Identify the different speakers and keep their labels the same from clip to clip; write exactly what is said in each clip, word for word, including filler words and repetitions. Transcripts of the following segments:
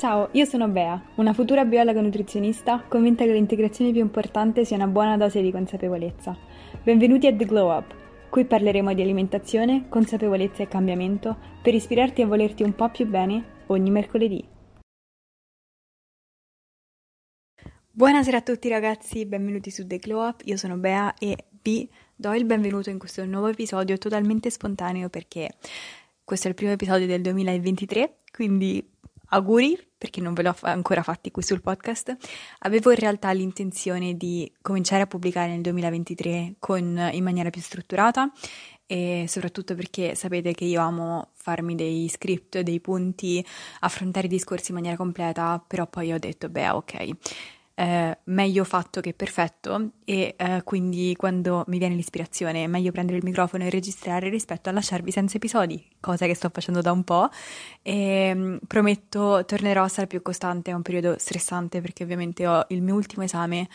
Speaker 1: Ciao, io sono Bea, una futura biologa nutrizionista convinta che l'integrazione più importante sia una buona dose di consapevolezza. Benvenuti a The Glow Up. Qui parleremo di alimentazione, consapevolezza e cambiamento per ispirarti a volerti un po' più bene ogni mercoledì. Buonasera a tutti ragazzi, benvenuti su The Glow Up, io sono Bea e vi do il benvenuto in questo nuovo episodio totalmente spontaneo perché questo è il primo episodio del duemilaventitré, quindi auguri perché non ve l'ho ancora fatti qui sul podcast. Avevo in realtà l'intenzione di cominciare a pubblicare nel duemilaventitré con, in maniera più strutturata e soprattutto perché sapete che io amo farmi dei script, dei punti, affrontare i discorsi in maniera completa, però poi ho detto, beh, ok. Eh, meglio fatto che perfetto e eh, quindi quando mi viene l'ispirazione è meglio prendere il microfono e registrare rispetto a lasciarvi senza episodi, cosa che sto facendo da un po' e mh, prometto tornerò a stare più costante. È un periodo stressante perché ovviamente ho il mio ultimo esame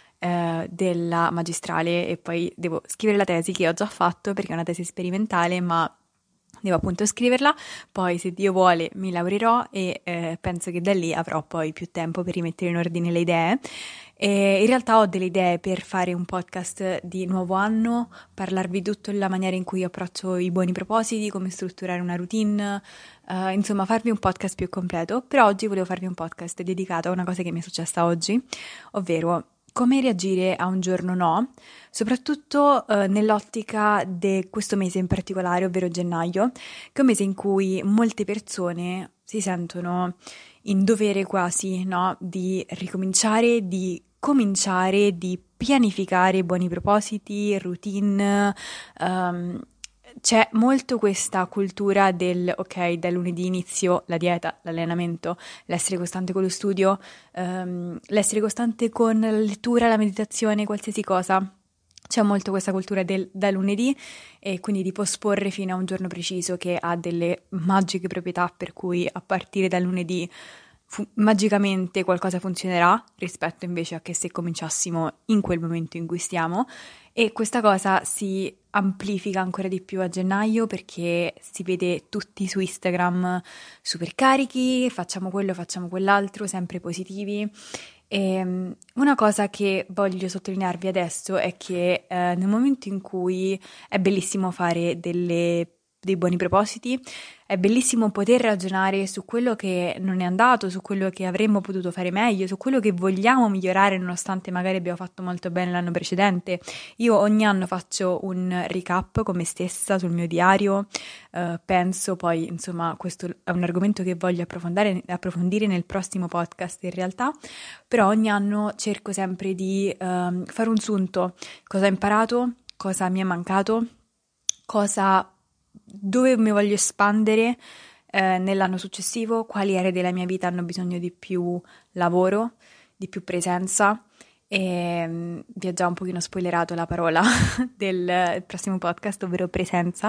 Speaker 1: eh, della magistrale e poi devo scrivere la tesi che ho già fatto perché è una tesi sperimentale, ma devo appunto scriverla, poi se Dio vuole mi laureerò e eh, penso che da lì avrò poi più tempo per rimettere in ordine le idee. E in realtà ho delle idee per fare un podcast di nuovo anno, parlarvi tutto della maniera in cui approccio i buoni propositi, come strutturare una routine, eh, insomma farvi un podcast più completo. Per oggi volevo farvi un podcast dedicato a una cosa che mi è successa oggi, ovvero come reagire a un giorno no, soprattutto eh, nell'ottica di questo mese in particolare, ovvero gennaio, che è un mese in cui molte persone si sentono in dovere quasi, no, di ricominciare, di cominciare, di pianificare buoni propositi, routine. Um, c'è molto questa cultura del ok, da lunedì inizio la dieta, l'allenamento, l'essere costante con lo studio, um, l'essere costante con la lettura, la meditazione, qualsiasi cosa. C'è molto questa cultura del da lunedì e quindi di posporre fino a un giorno preciso che ha delle magiche proprietà per cui a partire dal lunedì fu- magicamente qualcosa funzionerà rispetto invece a che se cominciassimo in quel momento in cui stiamo, e questa cosa si amplifica ancora di più a gennaio perché si vede tutti su Instagram super carichi, facciamo quello, facciamo quell'altro, sempre positivi. E, um, una cosa che voglio sottolinearvi adesso è che eh, nel momento in cui è bellissimo fare delle, dei buoni propositi, è bellissimo poter ragionare su quello che non è andato, su quello che avremmo potuto fare meglio, su quello che vogliamo migliorare nonostante magari abbiamo fatto molto bene l'anno precedente. Io ogni anno faccio un recap con me stessa sul mio diario, eh, penso poi, insomma, questo è un argomento che voglio approfondire, approfondire nel prossimo podcast in realtà, però ogni anno cerco sempre di ehm, fare un sunto, cosa ho imparato, cosa mi è mancato, cosa, dove mi voglio espandere eh, nell'anno successivo, quali aree della mia vita hanno bisogno di più lavoro, di più presenza. E mm, vi ho già un pochino spoilerato la parola del prossimo podcast, ovvero presenza.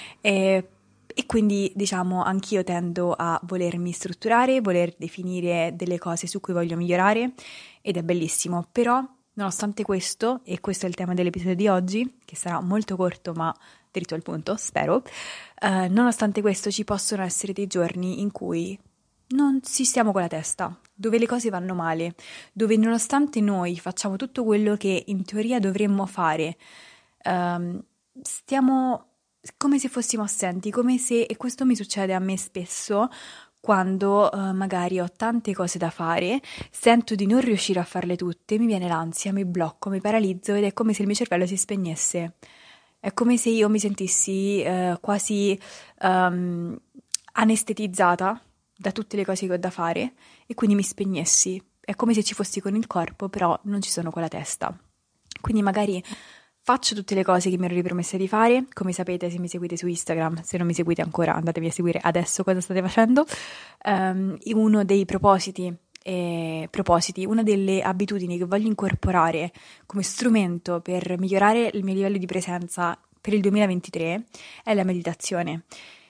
Speaker 1: E, e quindi, diciamo, anch'io tendo a volermi strutturare, voler definire delle cose su cui voglio migliorare, ed è bellissimo. Però, nonostante questo, e questo è il tema dell'episodio di oggi, che sarà molto corto ma dritto al punto, spero, eh, nonostante questo ci possono essere dei giorni in cui non ci stiamo con la testa, dove le cose vanno male, dove nonostante noi facciamo tutto quello che in teoria dovremmo fare, ehm, stiamo come se fossimo assenti, come se, e questo mi succede a me spesso, quando eh, magari ho tante cose da fare, sento di non riuscire a farle tutte, mi viene l'ansia, mi blocco, mi paralizzo ed è come se il mio cervello si spegnesse. È come se io mi sentissi eh, quasi ehm, anestetizzata da tutte le cose che ho da fare e quindi mi spegnessi. È come se ci fossi con il corpo, però non ci sono con la testa. Quindi magari faccio tutte le cose che mi ero ripromessa di fare. Come sapete, se mi seguite su Instagram, se non mi seguite ancora, andatevi a seguire adesso cosa state facendo. Um, uno dei propositi, eh, propositi, una delle abitudini che voglio incorporare come strumento per migliorare il mio livello di presenza per il duemilaventitré è la meditazione.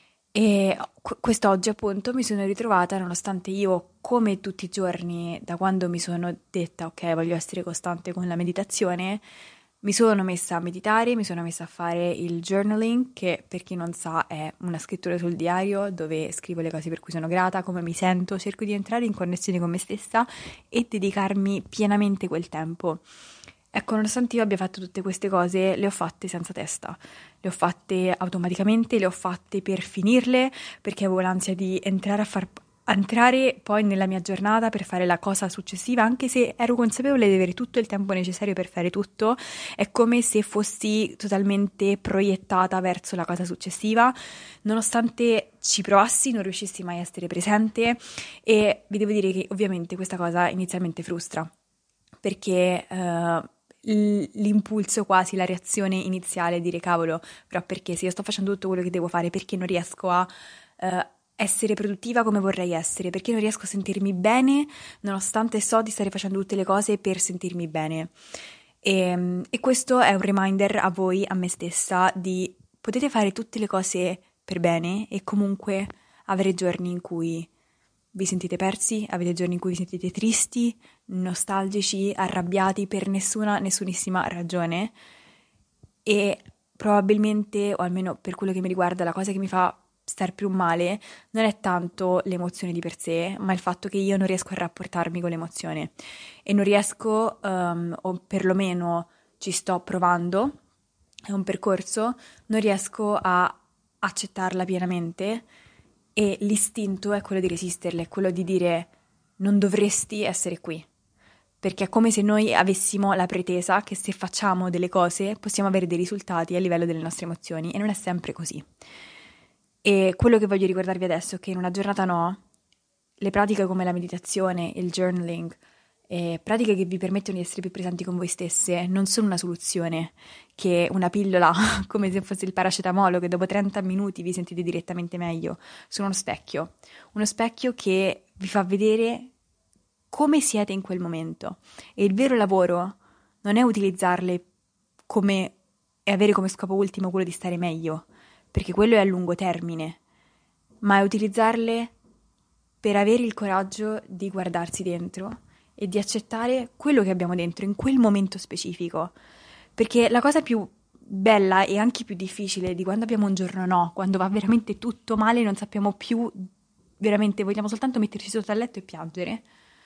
Speaker 1: E qu- quest'oggi appunto mi sono ritrovata, nonostante io, come tutti i giorni, da quando mi sono detta ok, voglio essere costante con la meditazione, Mi sono messa a meditare, mi sono messa a fare il journaling, che per chi non sa è una scrittura sul diario dove scrivo le cose per cui sono grata, come mi sento, cerco di entrare in connessione con me stessa e dedicarmi pienamente quel tempo. Ecco, nonostante io abbia fatto tutte queste cose, le ho fatte senza testa, le ho fatte automaticamente, le ho fatte per finirle, perché avevo l'ansia di entrare a far entrare poi nella mia giornata per fare la cosa successiva, anche se ero consapevole di avere tutto il tempo necessario per fare tutto, è come se fossi totalmente proiettata verso la cosa successiva, nonostante ci provassi, non riuscissi mai a essere presente e vi devo dire che ovviamente questa cosa inizialmente frustra, perché eh, l'impulso quasi, la reazione iniziale è dire cavolo, però perché se io sto facendo tutto quello che devo fare, perché non riesco a eh, essere produttiva come vorrei essere, perché non riesco a sentirmi bene nonostante so di stare facendo tutte le cose per sentirmi bene. E, e questo è un reminder a voi, a me stessa, di potete fare tutte le cose per bene e comunque avere giorni in cui vi sentite persi, avete giorni in cui vi sentite tristi, nostalgici, arrabbiati per nessuna, nessunissima ragione e probabilmente, o almeno per quello che mi riguarda, la cosa che mi fa star più male non è tanto l'emozione di per sé, ma il fatto che io non riesco a rapportarmi con l'emozione e non riesco, um, o perlomeno ci sto provando, è un percorso, non riesco a accettarla pienamente e l'istinto è quello di resisterle, è quello di dire non dovresti essere qui, perché è come se noi avessimo la pretesa che se facciamo delle cose possiamo avere dei risultati a livello delle nostre emozioni e non è sempre così. E quello che voglio ricordarvi adesso è che in una giornata no, le pratiche come la meditazione, il journaling, eh, pratiche che vi permettono di essere più presenti con voi stesse, non sono una soluzione, che una pillola come se fosse il paracetamolo che dopo trenta minuti vi sentite direttamente meglio, sono uno specchio, uno specchio che vi fa vedere come siete in quel momento. E il vero lavoro non è utilizzarle come e avere come scopo ultimo quello di stare meglio, perché quello è a lungo termine, ma è utilizzarle per avere il coraggio di guardarsi dentro e di accettare quello che abbiamo dentro in quel momento specifico. Perché la cosa più bella e anche più difficile di quando abbiamo un giorno no, quando va veramente tutto male, non sappiamo più, veramente vogliamo soltanto metterci sotto al letto e piangere,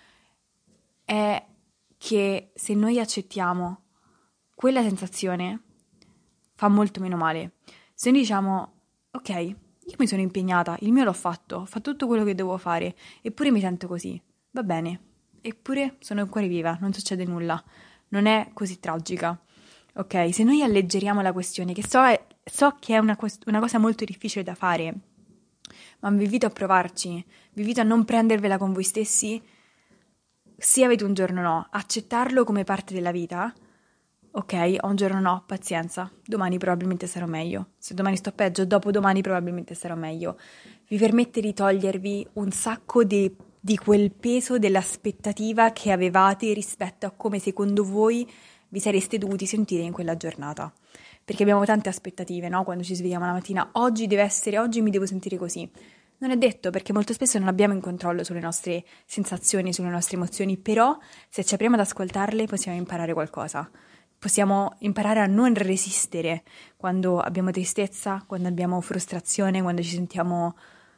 Speaker 1: è che se noi accettiamo quella sensazione fa molto meno male. Se noi diciamo, ok, io mi sono impegnata, il mio l'ho fatto, ho fatto tutto quello che dovevo fare, eppure mi sento così, va bene, eppure sono ancora viva, non succede nulla, non è così tragica. Ok, se noi alleggeriamo la questione, che so, è, so che è una, quest- una cosa molto difficile da fare, ma vi invito a provarci, vi invito a non prendervela con voi stessi, se avete un giorno no, accettarlo come parte della vita. Ok, ho un giorno no, pazienza, domani probabilmente sarò meglio. Se domani sto peggio, dopodomani probabilmente sarò meglio. Vi permette di togliervi un sacco di, di quel peso dell'aspettativa che avevate rispetto a come secondo voi vi sareste dovuti sentire in quella giornata. Perché abbiamo tante aspettative, no? Quando ci svegliamo la mattina, oggi deve essere, oggi mi devo sentire così. Non è detto, perché molto spesso non abbiamo in controllo sulle nostre sensazioni, sulle nostre emozioni, però se ci apriamo ad ascoltarle possiamo imparare qualcosa. Possiamo imparare a non resistere quando abbiamo tristezza, quando abbiamo frustrazione, quando ci sentiamo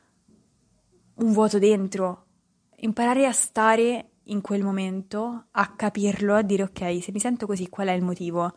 Speaker 1: un vuoto dentro. Imparare a stare in quel momento, a capirlo, a dire ok, se mi sento così, qual è il motivo?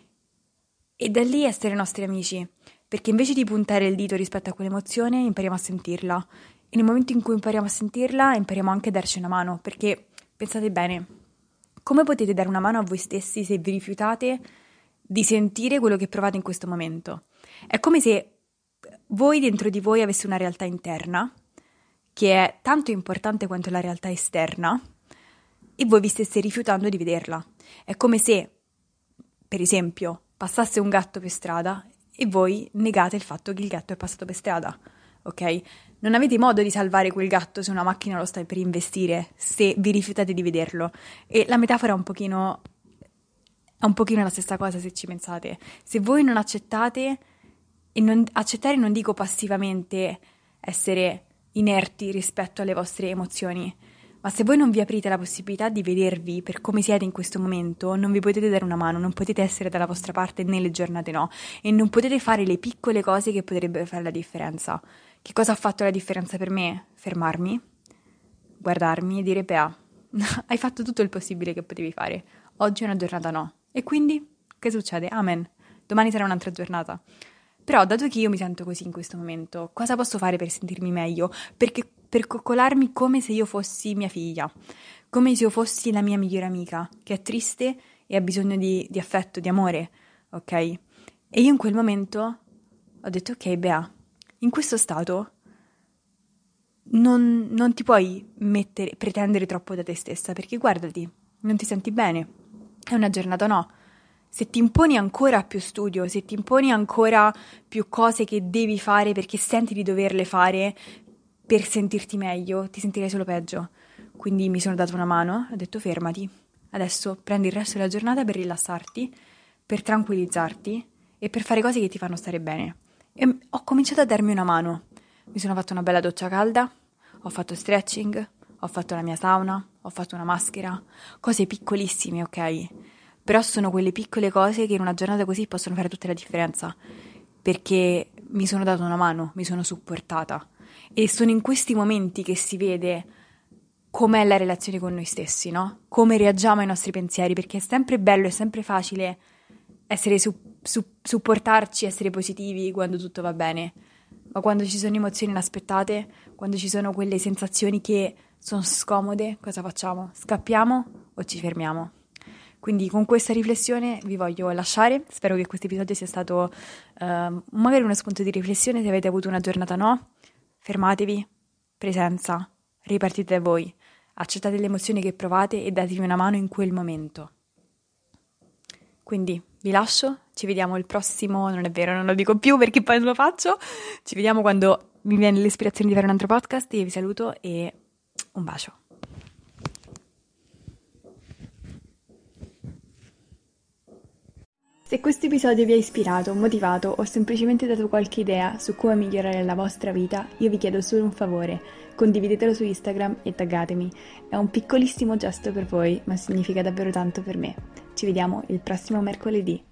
Speaker 1: E da lì essere nostri amici, perché invece di puntare il dito rispetto a quell'emozione, impariamo a sentirla. E nel momento in cui impariamo a sentirla, impariamo anche a darci una mano, perché pensate bene, come potete dare una mano a voi stessi se vi rifiutate di sentire quello che provate in questo momento? È come se voi dentro di voi aveste una realtà interna, che è tanto importante quanto la realtà esterna, e voi vi stesse rifiutando di vederla. È come se, per esempio, passasse un gatto per strada e voi negate il fatto che il gatto è passato per strada, ok? Non avete modo di salvare quel gatto se una macchina lo sta per investire, se vi rifiutate di vederlo. E la metafora è un pochino, è un pochino la stessa cosa se ci pensate. Se voi non accettate, e non, accettare non dico passivamente essere inerti rispetto alle vostre emozioni, Ma se voi non vi aprite la possibilità di vedervi per come siete in questo momento, non vi potete dare una mano, non potete essere dalla vostra parte nelle giornate no, e non potete fare le piccole cose che potrebbero fare la differenza. Che cosa ha fatto la differenza per me? Fermarmi, guardarmi e dire: Bea, hai fatto tutto il possibile che potevi fare. Oggi è una giornata no. E quindi, che succede? Amen. Domani sarà un'altra giornata. Però, dato che io mi sento così in questo momento, cosa posso fare per sentirmi meglio? Perché per coccolarmi come se io fossi mia figlia, come se io fossi la mia migliore amica, che è triste e ha bisogno di, di affetto, di amore, ok? E io in quel momento ho detto: ok, Bea, in questo stato non, non ti puoi mettere, pretendere troppo da te stessa, perché guardati, non ti senti bene, è una giornata no. Se ti imponi ancora più studio, se ti imponi ancora più cose che devi fare perché senti di doverle fare per sentirti meglio, ti sentirai solo peggio. Quindi mi sono dato una mano, ho detto: fermati, adesso prendi il resto della giornata per rilassarti, per tranquillizzarti e per fare cose che ti fanno stare bene. E ho cominciato a darmi una mano. Mi sono fatto una bella doccia calda, ho fatto stretching, ho fatto la mia sauna, ho fatto una maschera, cose piccolissime, ok? Però sono quelle piccole cose che in una giornata così possono fare tutta la differenza, perché mi sono dato una mano, mi sono supportata. E sono in questi momenti che si vede com'è la relazione con noi stessi, no? Come reagiamo ai nostri pensieri, perché è sempre bello, è sempre facile essere su, su, supportarci, essere positivi quando tutto va bene, ma quando ci sono emozioni inaspettate, quando ci sono quelle sensazioni che sono scomode, cosa facciamo? Scappiamo o ci fermiamo? Quindi con questa riflessione vi voglio lasciare, spero che questo episodio sia stato uh, magari uno spunto di riflessione. Se avete avuto una giornata no, fermatevi, presenza, ripartite da voi, accettate le emozioni che provate e datevi una mano in quel momento. Quindi vi lascio, ci vediamo il prossimo, non è vero, non lo dico più perché poi non lo faccio, ci vediamo quando mi viene l'ispirazione di fare un altro podcast. Io vi saluto e un bacio. Se questo episodio vi ha ispirato, motivato o semplicemente dato qualche idea su come migliorare la vostra vita, io vi chiedo solo un favore: condividetelo su Instagram e taggatemi. È un piccolissimo gesto per voi, ma significa davvero tanto per me. Ci vediamo il prossimo mercoledì.